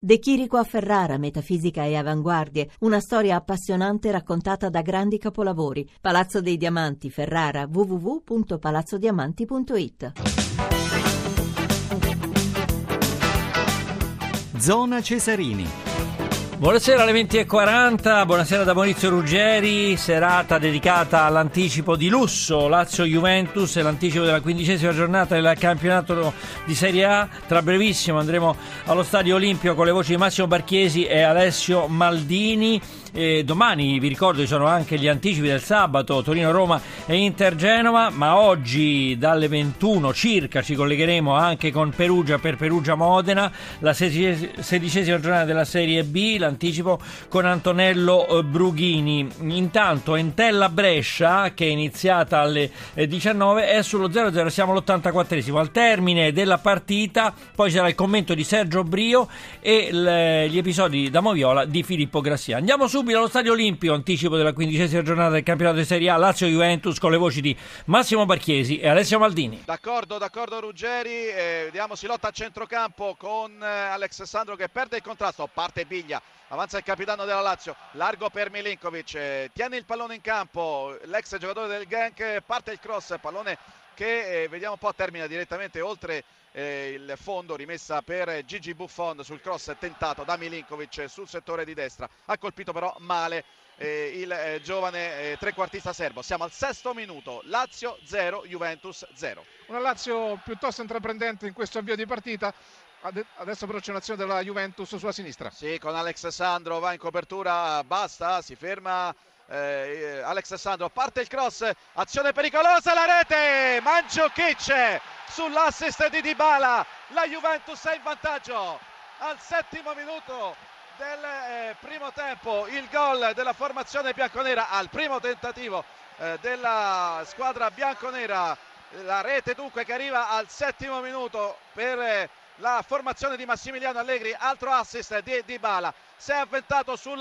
De Chirico a Ferrara, metafisica e avanguardie, una storia appassionante raccontata da grandi capolavori. Palazzo dei Diamanti, Ferrara, www.palazzodiamanti.it. Zona Cesarini. Buonasera alle 20:40, buonasera da Maurizio Ruggeri, serata dedicata all'anticipo di lusso Lazio-Juventus e l'anticipo della 15ª giornata del campionato di Serie A. Tra brevissimo andremo allo Stadio Olimpico con le voci di Massimo Barchiesi e Alessio Maldini. Domani vi ricordo ci sono anche gli anticipi del sabato, Torino-Roma e Inter-Genova, ma oggi dalle 21 circa ci collegheremo anche con Perugia per Perugia-Modena, la 16ª giornata della Serie B, l'anticipo con Antonello Brughini. Intanto Entella-Brescia, che è iniziata alle 19, è sullo 0-0, siamo all'84esimo. Al termine della partita poi c'era il commento di Sergio Brio e gli episodi da Moviola di Filippo Grassia. Andiamo subito allo Stadio Olimpico, anticipo della 15ª giornata del campionato di Serie A, Lazio-Juventus, con le voci di Massimo Barchiesi e Alessio Maldini. D'accordo Ruggeri, vediamo si lotta a centrocampo con Alex Sandro che perde il contrasto, parte Biglia, avanza il capitano della Lazio, largo per Milinkovic, tiene il pallone in campo, l'ex giocatore del Genk, parte il cross, pallone che vediamo un po' termina direttamente oltre il fondo, rimessa per Gigi Buffon sul cross tentato da Milinkovic sul settore di destra, ha colpito però male il giovane trequartista serbo. Siamo al 6° minuto, Lazio 0, Juventus 0. Una Lazio piuttosto intraprendente in questo avvio di partita. Adesso però c'è un'azione della Juventus sulla sinistra. Sì, con Alex Sandro, va in copertura, basta, si ferma Alex Sandro, parte il cross, azione pericolosa, la rete, Mandžukić sull'assist di Dybala, la Juventus è in vantaggio al 7° minuto del primo tempo, il gol della formazione bianconera al primo tentativo della squadra bianconera, la rete dunque che arriva al 7° minuto per la formazione di Massimiliano Allegri, altro assist di Dybala, si è avventato sul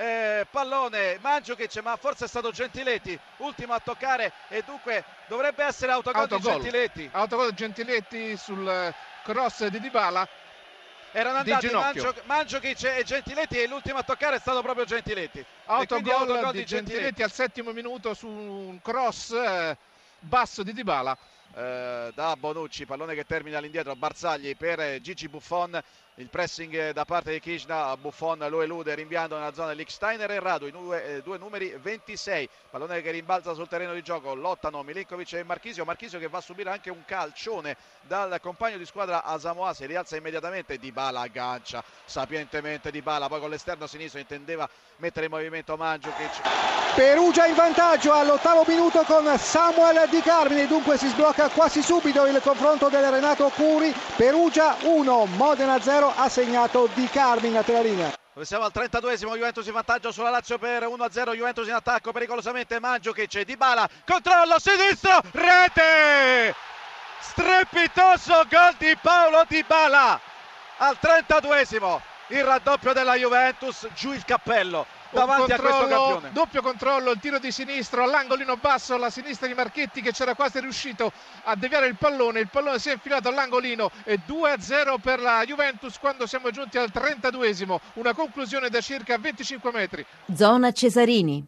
pallone Mandžukić, ma forse è stato Gentiletti ultimo a toccare e dunque dovrebbe essere autogol di Gentiletti. Autogol Gentiletti sul cross di Dybala. Erano andati Mandžukić e Gentiletti e l'ultimo a toccare è stato proprio Gentiletti. Autogol di Gentiletti al 7° minuto su un cross basso di Dybala. Da Bonucci, pallone che termina all'indietro, Barzagli per Gigi Buffon, il pressing da parte di Kishna, Buffon lo elude rinviando nella zona di Lichtsteiner e Radu, i due numeri 26, pallone che rimbalza sul terreno di gioco, lottano Milinkovic e Marchisio che va a subire anche un calcione dal compagno di squadra Asamoah, si rialza immediatamente, Dybala aggancia sapientemente Dybala, poi con l'esterno sinistro intendeva mettere in movimento Mandžukić. Perugia in vantaggio all'8° minuto con Samuel Di Carmine, dunque si sblocca quasi subito il confronto del Renato Curi. Perugia 1, Modena 0, ha segnato Di Carmine. A te la linea. Siamo al 32esimo, Juventus in vantaggio sulla Lazio per 1-0, Juventus in attacco pericolosamente, Mandžukić, Dybala, controllo sinistro, rete! Strepitoso gol di Paulo Dybala al 32esimo, il raddoppio della Juventus, giù il cappello davanti a questo campione. Doppio controllo, il tiro di sinistro all'angolino basso alla sinistra di Marchetti che c'era quasi riuscito a deviare il pallone si è infilato all'angolino e 2-0 per la Juventus quando siamo giunti al 32esimo, una conclusione da circa 25 metri. Zona Cesarini.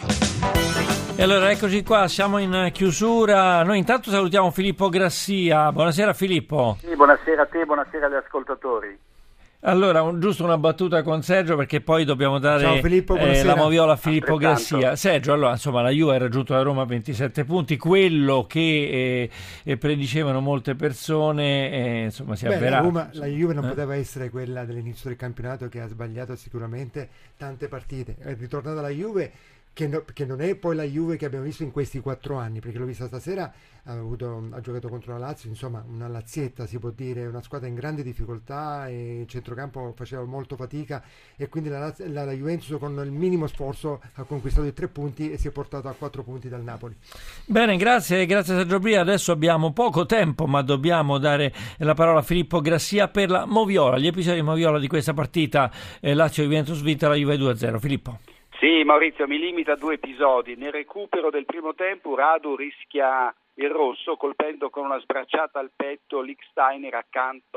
E allora eccoci qua, siamo in chiusura. Noi intanto salutiamo Filippo Grassia. Buonasera Filippo. Sì, buonasera a te, buonasera agli ascoltatori. Allora, giusto una battuta con Sergio perché poi dobbiamo dare Ciao, Filippo, la moviola a Filippo Grassia. Sergio, allora insomma la Juve ha raggiunto la Roma a 27 punti, quello che predicevano molte persone insomma si è avverato. La Juve non poteva essere quella dell'inizio del campionato che ha sbagliato sicuramente tante partite. È ritornata la Juve che non è poi la Juve che abbiamo visto in questi 4 anni, perché l'ho vista stasera, ha giocato contro la Lazio, insomma una Lazietta si può dire, una squadra in grande difficoltà e il centrocampo faceva molto fatica e quindi la Juventus con il minimo sforzo ha conquistato i 3 punti e si è portato a 4 punti dal Napoli. Bene, grazie Sergio Bria. Adesso abbiamo poco tempo ma dobbiamo dare la parola a Filippo Grassia per la moviola, gli episodi di moviola di questa partita Lazio-Juventus vinta la Juve 2-0. Filippo. Sì, Maurizio, mi limito a 2 episodi. Nel recupero del primo tempo Radu rischia il rosso colpendo con una sbracciata al petto Lichtsteiner accanto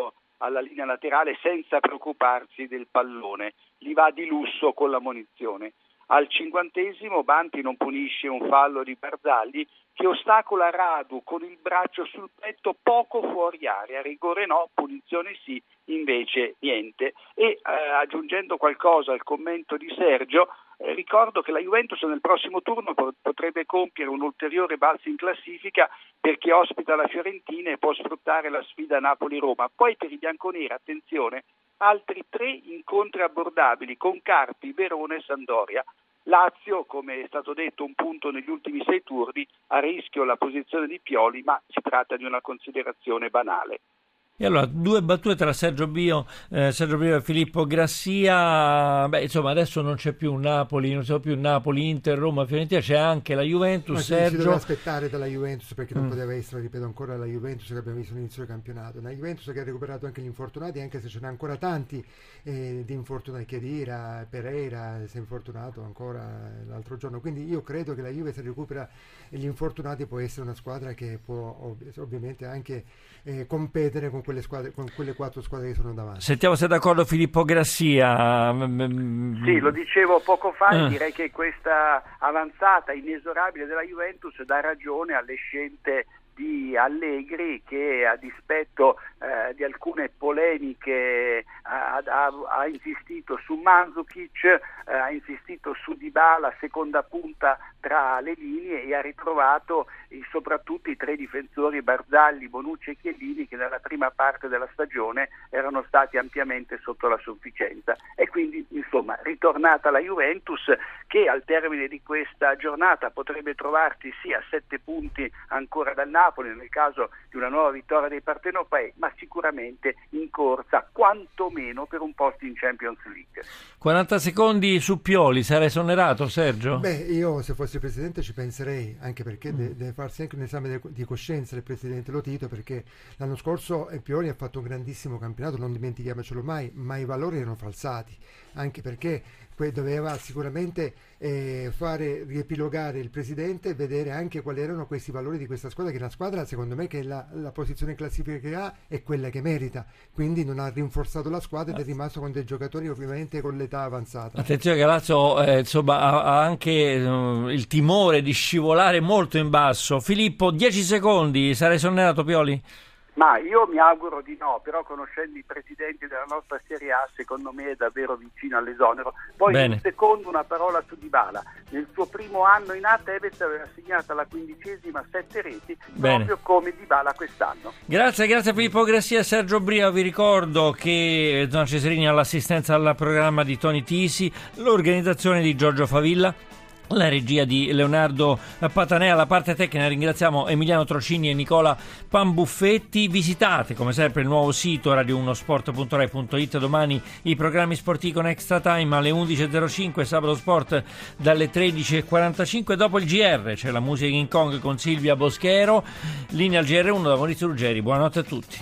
alla linea laterale senza preoccuparsi del pallone, gli va di lusso con la munizione. Al 50° Banti non punisce un fallo di Barzagli che ostacola Radu con il braccio sul petto poco fuori area, rigore no, punizione sì, invece niente. E aggiungendo qualcosa al commento di Sergio, ricordo che la Juventus nel prossimo turno potrebbe compiere un ulteriore balzo in classifica perché ospita la Fiorentina e può sfruttare la sfida Napoli-Roma. Poi per i bianconeri, attenzione, altri 3 incontri abbordabili con Carpi, Verona e Sampdoria. Lazio, come è stato detto, un punto negli ultimi 6 turni, a rischio la posizione di Pioli, ma si tratta di una considerazione banale. E allora, 2 battute tra Sergio Brio e Filippo Grassia. Insomma, adesso non c'è più Napoli, non c'è più Napoli, Inter, Roma, Fiorentina, c'è anche la Juventus. Sergio, si doveva aspettare dalla Juventus, perché non poteva essere, ripeto ancora, la Juventus che abbiamo visto all'inizio del campionato. Una Juventus che ha recuperato anche gli infortunati, anche se ce n'è ancora tanti di infortunati. Khedira, Pereira si è infortunato ancora l'altro giorno. Quindi io credo che la Juve, se recupera gli infortunati, può essere una squadra che può ovviamente anche competere con quelle 4 squadre che sono davanti. Sentiamo se è d'accordo Filippo Grassia. Sì, lo dicevo poco fa, direi che questa avanzata inesorabile della Juventus dà ragione alle scelte di Allegri, che a dispetto di alcune polemiche ha insistito su Mandzukic, ha insistito su Dybala, seconda punta tra le linee, e ha ritrovato soprattutto i 3 difensori Barzagli, Bonucci e Chiellini, che nella prima parte della stagione erano stati ampiamente sotto la sufficienza. E quindi insomma ritornata la Juventus, che al termine di questa giornata potrebbe trovarsi sì a 7 punti ancora dal Napoli nel caso di una nuova vittoria dei partenopei, ma sicuramente in corsa quantomeno per un posto in Champions League. 40 secondi su Pioli, sarei esonerato, Sergio? Io se fossi presidente ci penserei, anche perché deve farsi anche un esame di coscienza il presidente Lotito, perché l'anno scorso Pioli ha fatto un grandissimo campionato, non dimentichiamocelo mai, ma i valori erano falsati, anche perché doveva sicuramente fare riepilogare il presidente e vedere anche quali erano questi valori di questa squadra, che è una squadra, secondo me, che la posizione classifica che ha è quella che merita, quindi non ha rinforzato la squadra ed è rimasto con dei giocatori ovviamente con l'età avanzata. Attenzione che Lazio ha anche il timore di scivolare molto in basso. Filippo, 10 secondi, sarei esonerato Pioli? Ma io mi auguro di no, però conoscendo i presidenti della nostra Serie A, secondo me è davvero vicino all'esonero. Poi Bene. Un secondo, una parola su Dybala. Nel suo primo anno in A, Tevez aveva segnato alla 15ª 7 reti, proprio come Dybala quest'anno. Grazie Filippo Grassia e Sergio Brio. Vi ricordo che Zona Cesarini ha l'assistenza al programma di Tony Tisi, l'organizzazione di Giorgio Favilla, la regia di Leonardo Patanea, la parte tecnica ringraziamo Emiliano Trocini e Nicola Pambuffetti. Visitate come sempre il nuovo sito radio1sport.rai.it. domani i programmi sportivi con Extra Time alle 11.05, sabato sport dalle 13.45. Dopo il GR c'è la musica King Kong con Silvia Boschero, linea al GR1 da Maurizio Ruggeri. Buonanotte a tutti.